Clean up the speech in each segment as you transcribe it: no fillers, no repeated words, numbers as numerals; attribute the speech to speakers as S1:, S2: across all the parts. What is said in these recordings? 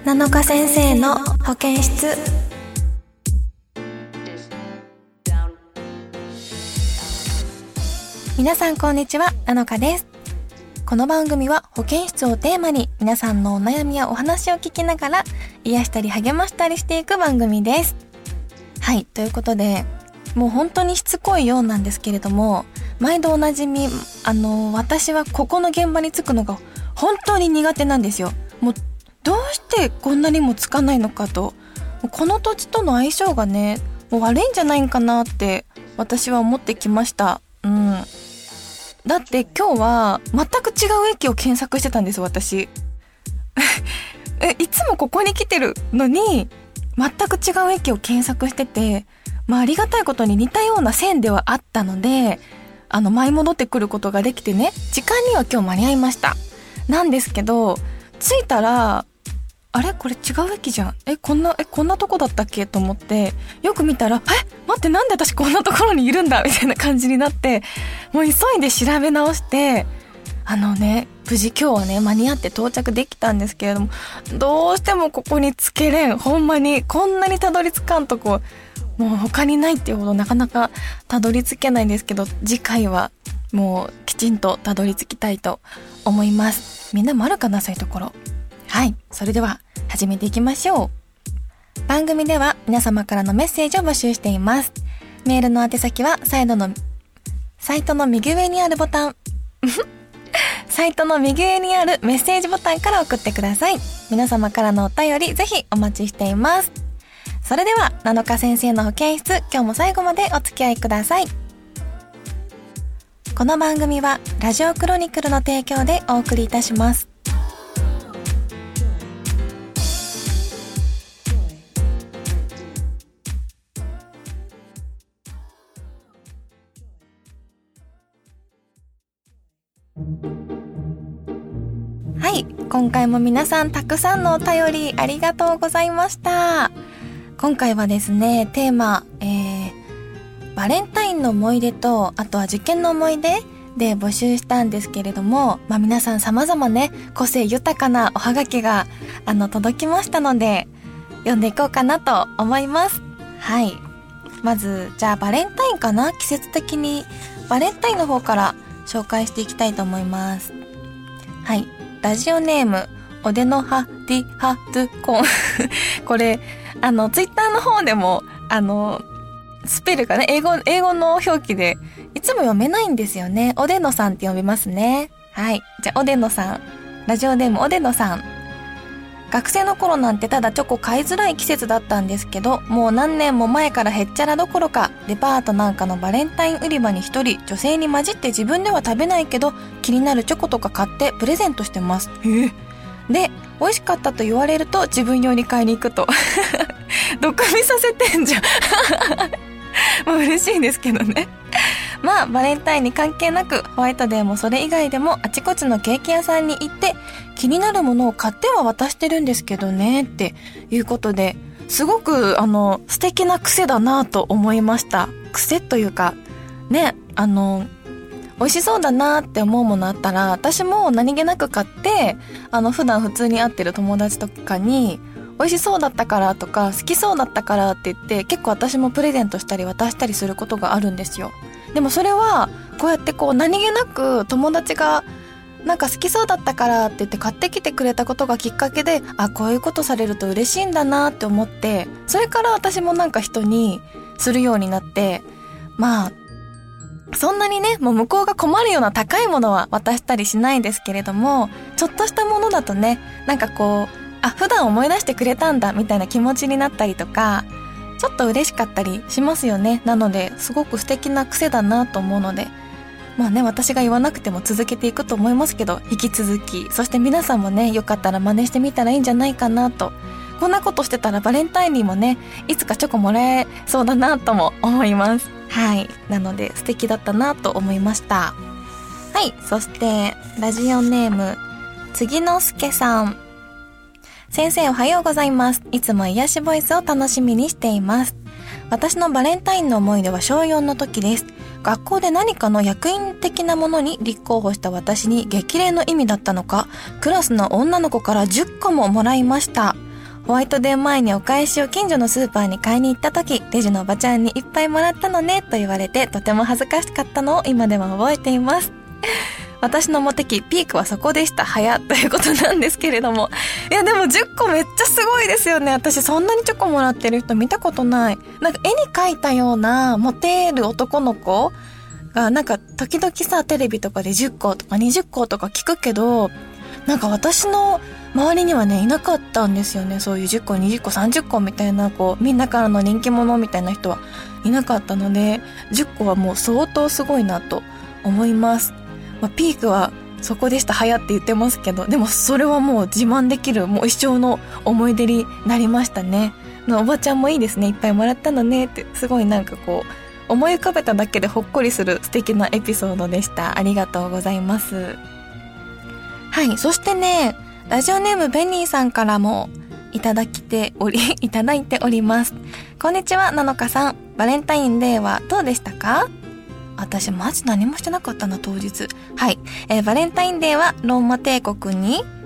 S1: 7日先生の保健室。皆さんこんにちは、7日です。この番組は保健室をテーマに皆さんのお悩みやお話を聞きながら癒したり励ましたりしていく番組です。はい、ということでもう本当にしつこいようなんですけれども、毎度おなじみ私はここの現場に着くのが本当に苦手なんですよ。もうどうしてこんなにもつかないのかと、この土地との相性がねもう悪いんじゃないんかなって私は思ってきました。だって今日は全く違う駅を検索してたんです私いつもここに来てるのに全く違う駅を検索してて、ありがたいことに似たような線ではあったので舞い戻ってくることができてね、時間には今日間に合いました。なんですけど着いたらあれこれ違う駅じゃん、こんなとこだったっけと思ってよく見たら、待ってなんで私こんなところにいるんだみたいな感じになって、もう急いで調べ直して無事今日はね間に合って到着できたんですけれども、どうしてもここに着けれん。ほんまにこんなにたどり着かんとこもう他にないっていうほどなかなかたどり着けないんですけど、次回はもうきちんとたどり着きたいと思います。みんなもあるかな、そういうところ。はい、それでは始めていきましょう。番組では皆様からのメッセージを募集しています。メールの宛先はサイトの右上にあるボタンサイトの右上にあるメッセージボタンから送ってください。皆様からのお便りぜひお待ちしています。それでは7日先生の保健室、今日も最後までお付き合いください。この番組はラジオクロニクルの提供でお送りいたします。はい、今回も皆さんたくさんのお便りありがとうございました。今回はですね、テーマ、バレンタインの思い出と、あとは受験の思い出で募集したんですけれども、皆さん様々ね、個性豊かなおはがきが届きましたので読んでいこうかなと思います。はい、まずじゃあバレンタインかな、季節的にバレンタインの方から紹介していきたいと思います。はい、ラジオネームおでのはディハトコンこれツイッターの方でもスペルがね英語の表記でいつも読めないんですよね。おでのさんって読みますね。はい、じゃあおでのさん、ラジオネームおでのさん。学生の頃なんてただチョコ買いづらい季節だったんですけど、もう何年も前からへっちゃらどころかデパートなんかのバレンタイン売り場に一人女性に混じって自分では食べないけど気になるチョコとか買ってプレゼントしてます。で美味しかったと言われると自分用に買いに行くと毒味させてんじゃんもう嬉しいんですけどね。バレンタインに関係なくホワイトデーもそれ以外でもあちこちのケーキ屋さんに行って気になるものを買っては渡してるんですけどねっていうことで、すごく素敵な癖だなと思いました。癖というかね、美味しそうだなって思うものあったら私も何気なく買って普段普通に会ってる友達とかに美味しそうだったからとか好きそうだったからって言って結構私もプレゼントしたり渡したりすることがあるんですよ。でもそれはこうやって何気なく友達がなんか好きそうだったからって言って買ってきてくれたことがきっかけで、こういうことされると嬉しいんだなって思って、それから私もなんか人にするようになって、そんなにねもう向こうが困るような高いものは渡したりしないんですけれども、ちょっとしたものだとねなんか普段思い出してくれたんだみたいな気持ちになったりとかちょっと嬉しかったりしますよね。なのですごく素敵な癖だなと思うので、私が言わなくても続けていくと思いますけど、引き続き、そして皆さんもねよかったら真似してみたらいいんじゃないかなと。こんなことしてたらバレンタインにもねいつかチョコもらえそうだなとも思います。はい、なので素敵だったなと思いました。はい、そしてラジオネーム次のすけさん。先生おはようございます。いつも癒しボイスを楽しみにしています。私のバレンタインの思い出は小4の時です。学校で何かの役員的なものに立候補した私に激励の意味だったのか、クラスの女の子から10個ももらいました。 ホワイトデー前にお返しを近所のスーパーに買いに行った時、レジのおばちゃんにいっぱいもらったのねと言われて、とても恥ずかしかったのを今でも覚えています。私のモテ期ピークはそこでした。早ということなんですけれども、いやでも10個めっちゃすごいですよね。私そんなにチョコもらってる人見たことない。なんか絵に描いたようなモテる男の子がなんか時々さ、テレビとかで10個とか20個とか聞くけど、なんか私の周りにはねいなかったんですよね。そういう10個20個30個みたいな、こうみんなからの人気者みたいな人はいなかったので、10個はもう相当すごいなと思います。ピークはそこでした。早って言ってますけど、でもそれはもう自慢できる、もう一生の思い出になりましたね。おばちゃんもいいですね。いっぱいもらったのねって、すごいなんかこう思い浮かべただけでほっこりする素敵なエピソードでした。ありがとうございます。はい、そしてね、ラジオネームベニーさんからもいただいております。こんにちは、なのかさん。バレンタインデーはどうでしたか？私マジ何もしてなかったな、当日。はい、バレンタインデーはローマ帝国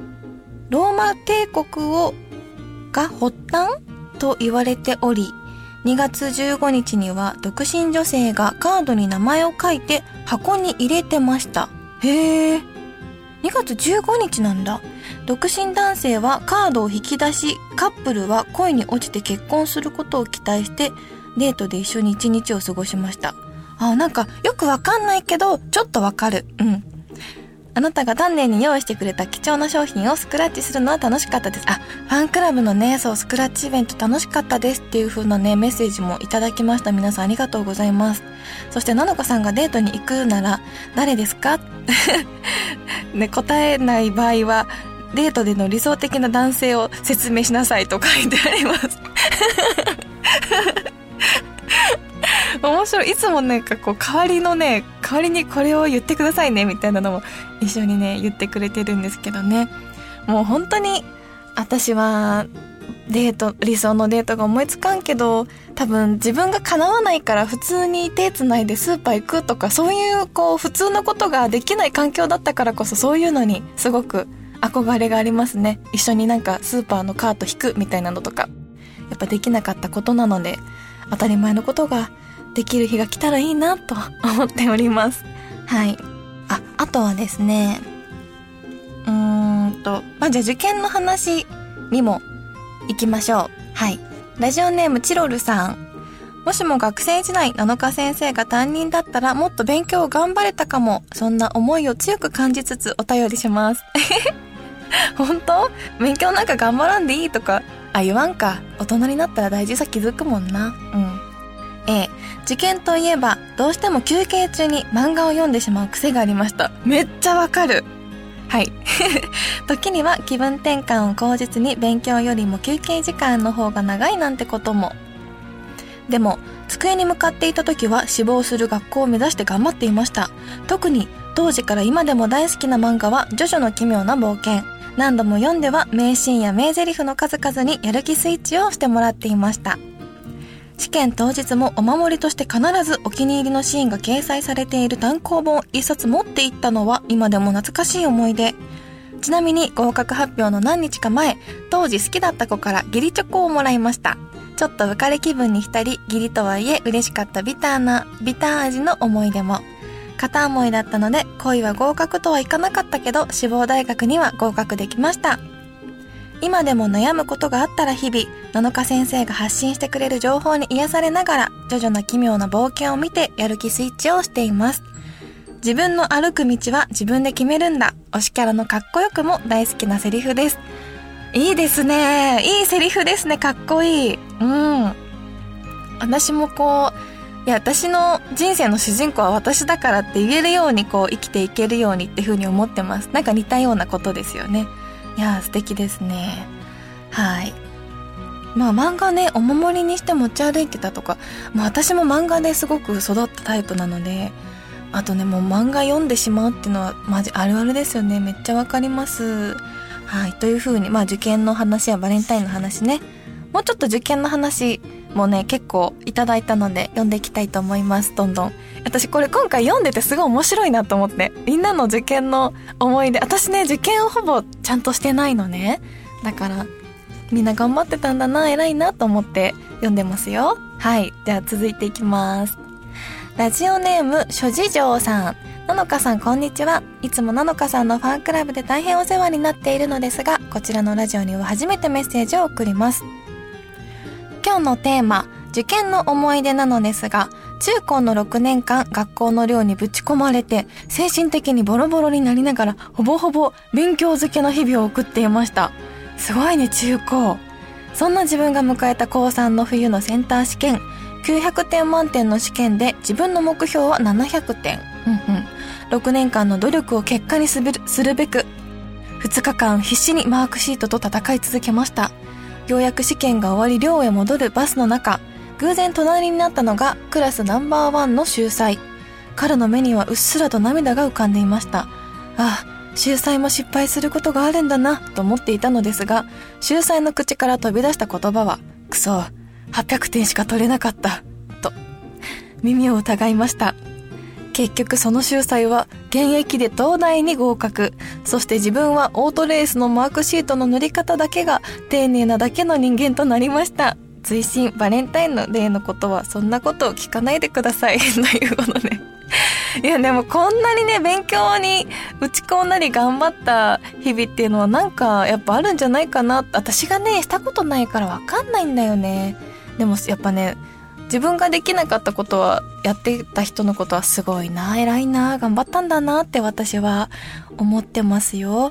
S1: が発端と言われており、2月15日には独身女性がカードに名前を書いて箱に入れてました。へー、2月15日なんだ。独身男性はカードを引き出し、カップルは恋に落ちて結婚することを期待してデートで一緒に一日を過ごしました。なんかよくわかんないけどちょっとわかる。あなたが丹念に用意してくれた貴重な商品をスクラッチするのは楽しかったです。ファンクラブのね、そうスクラッチイベント楽しかったですっていう風なねメッセージもいただきました。皆さんありがとうございます。そしてなのかさんがデートに行くなら誰ですかね、答えない場合はデートでの理想的な男性を説明しなさいと書いてあります面白い。いつもなんかこう代わりにこれを言ってくださいねみたいなのも一緒にね言ってくれてるんですけどね。もう本当に私は理想のデートが思いつかんけど、多分自分が叶わないから普通に手つないでスーパー行くとか、そういうこう普通のことができない環境だったからこそ、そういうのにすごく憧れがありますね。一緒になんかスーパーのカート引くみたいなのとかやっぱできなかったことなので、当たり前のことができる日が来たらいいなと思っております。はい。あとはですね、じゃあ受験の話にも行きましょう。はい。ラジオネームチロルさん。もしも学生時代7日先生が担任だったらもっと勉強を頑張れたかも。そんな思いを強く感じつつお便りします。本当？勉強なんか頑張らんでいいとか言わんか。大人になったら大事さ気づくもんな。受験といえばどうしても休憩中に漫画を読んでしまう癖がありました。めっちゃわかる。はい時には気分転換を口実に勉強よりも休憩時間の方が長いなんてことも。でも机に向かっていた時は志望する学校を目指して頑張っていました。特に当時から今でも大好きな漫画はジョジョの奇妙な冒険。何度も読んでは名シーンや名台詞の数々にやる気スイッチをしてもらっていました。試験当日もお守りとして必ずお気に入りのシーンが掲載されている単行本を一冊持っていったのは今でも懐かしい思い出。ちなみに合格発表の何日か前、当時好きだった子から義理チョコをもらいました。ちょっと浮かれ気分に浸り、義理とはいえ嬉しかったビター味の思い出も。片思いだったので恋は合格とはいかなかったけど、志望大学には合格できました。今でも悩むことがあったら日々7日先生が発信してくれる情報に癒されながらジョジョの奇妙な冒険を見てやる気スイッチをしています。自分の歩く道は自分で決めるんだ。推しキャラのかっこよくも大好きなセリフです。いいですね。いいセリフですね。かっこいい。私も私の人生の主人公は私だからって言えるように生きていけるようにっていう風に思ってます。なんか似たようなことですよね。いや素敵ですね。はい。漫画ね、お守りにして持ち歩いてたとか、私も漫画ですごく育ったタイプなので、あとね、もう漫画読んでしまうっていうのはマジあるあるですよね。めっちゃわかります。はい。という風に受験の話やバレンタインの話ね、もうちょっと受験の話もね結構いただいたので読んでいきたいと思います。どんどん。私これ今回読んでてすごい面白いなと思って、みんなの受験の思い出、私ね受験をほぼちゃんとしてないのね。だからみんな頑張ってたんだな、偉いなと思って読んでますよ。はい、じゃあ続いていきます。ラジオネーム諸事情さん。なのかさんこんにちは。いつもなのかさんのファンクラブで大変お世話になっているのですが、こちらのラジオには初めてメッセージを送ります。今日のテーマ、受験の思い出なのですが、中高の6年間学校の寮にぶち込まれて、精神的にボロボロになりながらほぼほぼ勉強漬けの日々を送っていました。すごいね、中高。そんな自分が迎えた高3の冬のセンター試験、900点満点の試験で自分の目標は700点。6年間の努力を結果にするべく、2日間必死にマークシートと戦い続けました。ようやく試験が終わり寮へ戻るバスの中、偶然隣になったのがクラスナンバー1の秀才。彼の目にはうっすらと涙が浮かんでいました。ああ、秀才も失敗することがあるんだなと思っていたのですが、秀才の口から飛び出した言葉は、くそ、800点しか取れなかったと耳を疑いました。結局その秀才は現役で東大に合格。そして自分はオートレースのマークシートの塗り方だけが丁寧なだけの人間となりました。追伸、バレンタインのデーのことはそんなことを聞かないでくださいということでいやでもこんなにね、勉強に打ち込んだり頑張った日々っていうのはなんかやっぱあるんじゃないかな。私がね、したことないからわかんないんだよね。でもやっぱね、自分ができなかったことは、やってた人のことはすごいな、偉いな、頑張ったんだなって私は思ってますよ。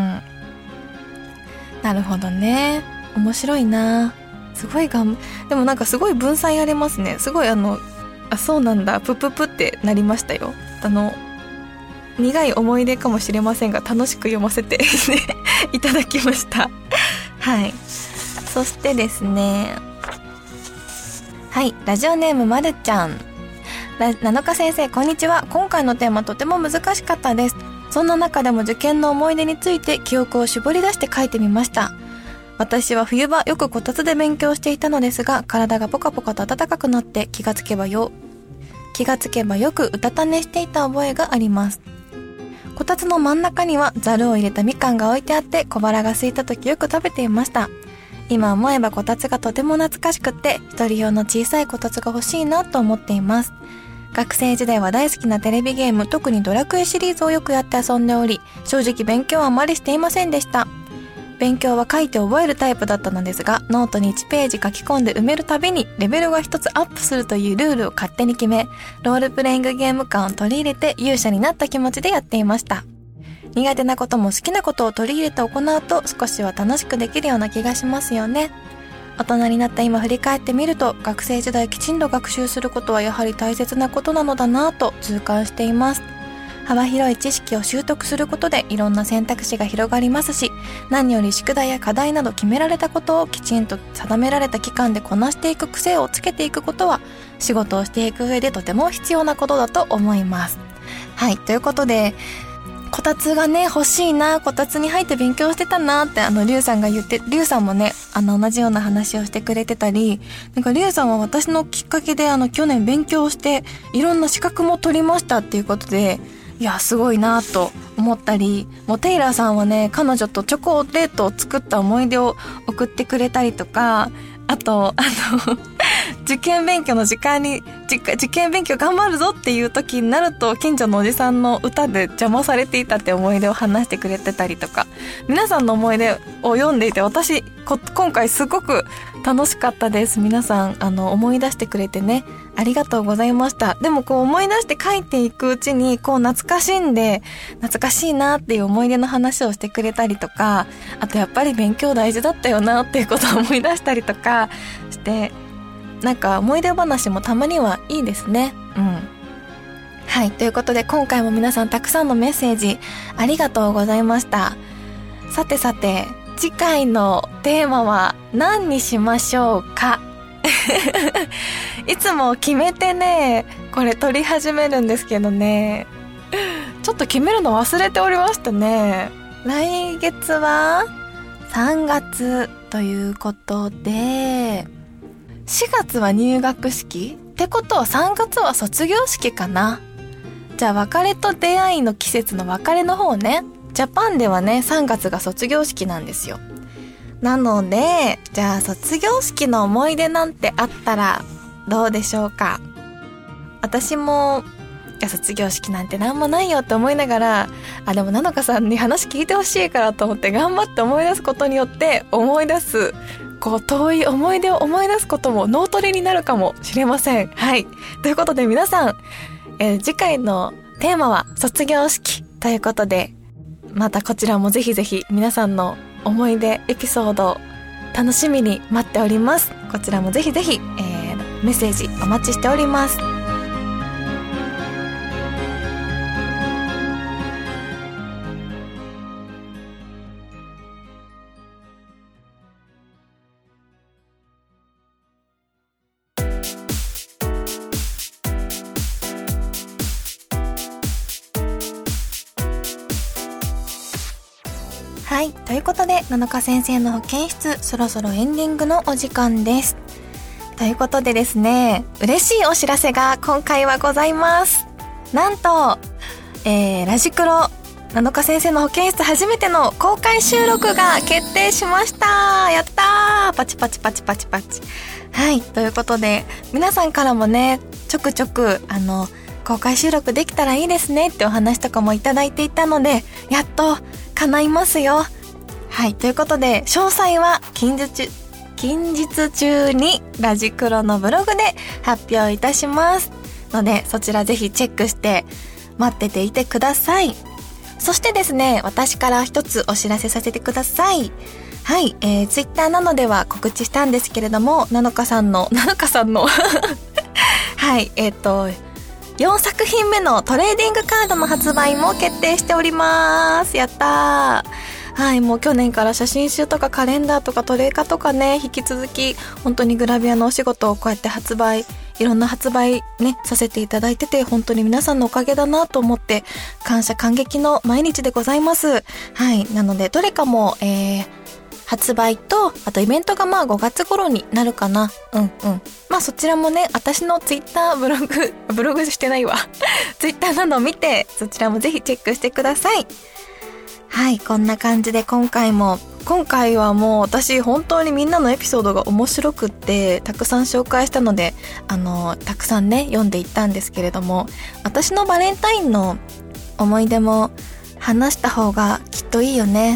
S1: なるほどね。面白いな。すごいでもなんかすごい文才ありますね。すごいそうなんだ、プププってなりましたよ。苦い思い出かもしれませんが、楽しく読ませていただきました。はい。そしてですね、はい、ラジオネームまるちゃん。7日先生、こんにちは。今回のテーマとても難しかったです。そんな中でも受験の思い出について記憶を絞り出して書いてみました。私は冬場よくこたつで勉強していたのですが、体がポカポカと暖かくなって気がつけばよくうたた寝していた覚えがあります。こたつの真ん中にはザルを入れたみかんが置いてあって、小腹が空いた時よく食べていました。今思えばこたつがとても懐かしくって、一人用の小さいこたつが欲しいなと思っています。学生時代は大好きなテレビゲーム、特にドラクエシリーズをよくやって遊んでおり、正直勉強はあまりしていませんでした。勉強は書いて覚えるタイプだったのですが、ノートに1ページ書き込んで埋めるたびにレベルが一つアップするというルールを勝手に決め、ロールプレイングゲーム感を取り入れて勇者になった気持ちでやっていました。苦手なことも好きなことを取り入れて行うと少しは楽しくできるような気がしますよね。大人になった今振り返ってみると、学生時代きちんと学習することはやはり大切なことなのだなぁと痛感しています。幅広い知識を習得することでいろんな選択肢が広がりますし、何より宿題や課題など決められたことをきちんと定められた期間でこなしていく癖をつけていくことは、仕事をしていく上でとても必要なことだと思います。はい、ということで、こたつがね、欲しいな、こたつに入って勉強してたなって、リュウさんが言って、リュウさんもね、同じような話をしてくれてたり、なんかリュウさんは私のきっかけで去年勉強して、いろんな資格も取りましたっていうことで、いや、すごいなと思ったり、もうテイラーさんはね、彼女とチョコレートを作った思い出を送ってくれたりとか、あと、受験勉強の時間に、受験勉強頑張るぞっていう時になると、近所のおじさんの歌で邪魔されていたって思い出を話してくれてたりとか、皆さんの思い出を読んでいて、私、今回すごく楽しかったです。皆さん、思い出してくれてね、ありがとうございました。でも思い出して書いていくうちに、懐かしんで、懐かしいなっていう思い出の話をしてくれたりとか、あとやっぱり勉強大事だったよなっていうことを思い出したりとかして、なんか思い出話もたまにはいいですね。はい、ということで今回も皆さんたくさんのメッセージありがとうございました。さてさて、次回のテーマは何にしましょうかいつも決めてね、これ撮り始めるんですけどね、ちょっと決めるの忘れておりましたね。来月は3月ということで、4月は入学式ってことは3月は卒業式かな。じゃあ別れと出会いの季節の別れの方ね。ジャパンではね、3月が卒業式なんですよ。 なので、じゃあ卒業式の思い出なんてあったらどうでしょうか。私も卒業式なんてなんもないよって思いながら、でもなのかさんに話聞いてほしいからと思って頑張って思い出すことによって思い出す、遠い思い出を思い出すことも脳トレになるかもしれません。はい。ということで皆さん、次回のテーマは卒業式ということで、またこちらもぜひぜひ皆さんの思い出エピソード楽しみに待っております。こちらもぜひぜひ、メッセージお待ちしております。はい。ということで、7日先生の保健室、そろそろエンディングのお時間です。ということでですね、嬉しいお知らせが今回はございます。なんと、ラジクロ、7日先生の保健室初めての公開収録が決定しました。やったー、パチパチパチパチパチ。はい。ということで、皆さんからもね、ちょくちょく、公開収録できたらいいですねってお話とかもいただいていたので、やっと叶いますよ。はい。ということで、詳細は近日中にラジクロのブログで発表いたしますので、そちらぜひチェックして待ってていてください。そしてですね、私から一つお知らせさせてください。はい。ツイッターなどでは告知したんですけれども、なのかさんのはい。4作品目のトレーディングカードの発売も決定しております。やったー。はい、もう去年から写真集とかカレンダーとかトレーカとかね、引き続き本当にグラビアのお仕事をこうやっていろんな発売ね、させていただいてて、本当に皆さんのおかげだなと思って感謝感激の毎日でございます。はい、なのでどれかも、発売と、あとイベントが5月頃になるかな。そちらもね、私のツイッターブログしてないわ。ツイッターなどを見て、そちらもぜひチェックしてください。はい、こんな感じで今回はもう私本当にみんなのエピソードが面白くってたくさん紹介したので、たくさんね、読んでいったんですけれども、私のバレンタインの思い出も話した方がきっといいよね。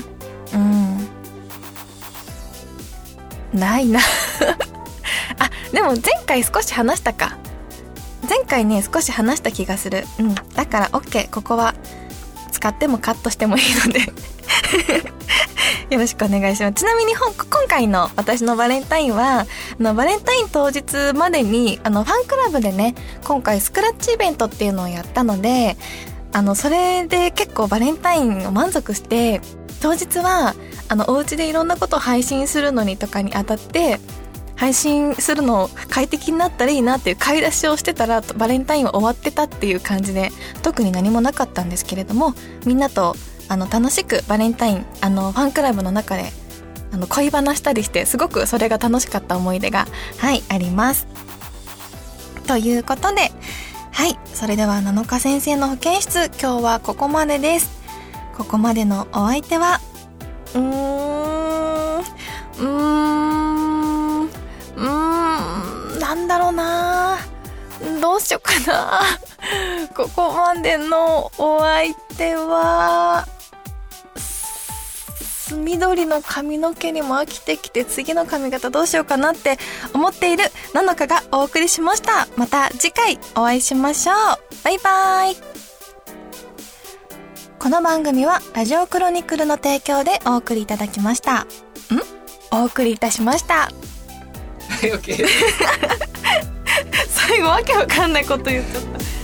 S1: ないなでも前回少し話したか。前回ね、少し話した気がする。だから OK、 ここは使ってもカットしてもいいのでよろしくお願いします。ちなみに今回の私のバレンタインは、バレンタイン当日までにファンクラブでね、今回スクラッチイベントっていうのをやったので、それで結構バレンタインを満足して、当日はお家でいろんなことを配信するのにとかにあたって、配信するの快適になったらいいなっていう買い出しをしてたら、バレンタインは終わってたっていう感じで、特に何もなかったんですけれども、みんなと楽しくバレンタインファンクラブの中で恋バナしたりして、すごくそれが楽しかった思い出があります。ということで、それでは7日先生の保健室、今日はここまでです。ここまでのお相手はなんだろうな、どうしようかなここまでのお相手は緑の髪の毛にも飽きてきて、次の髪型どうしようかなって思っているなのかがお送りしました。また次回お会いしましょう。バイバイ。この番組はラジオクロニクルの提供でお送りいただきました。お送りいたしました。
S2: はい、OK
S1: 最後わけわかんないこと言っちゃった。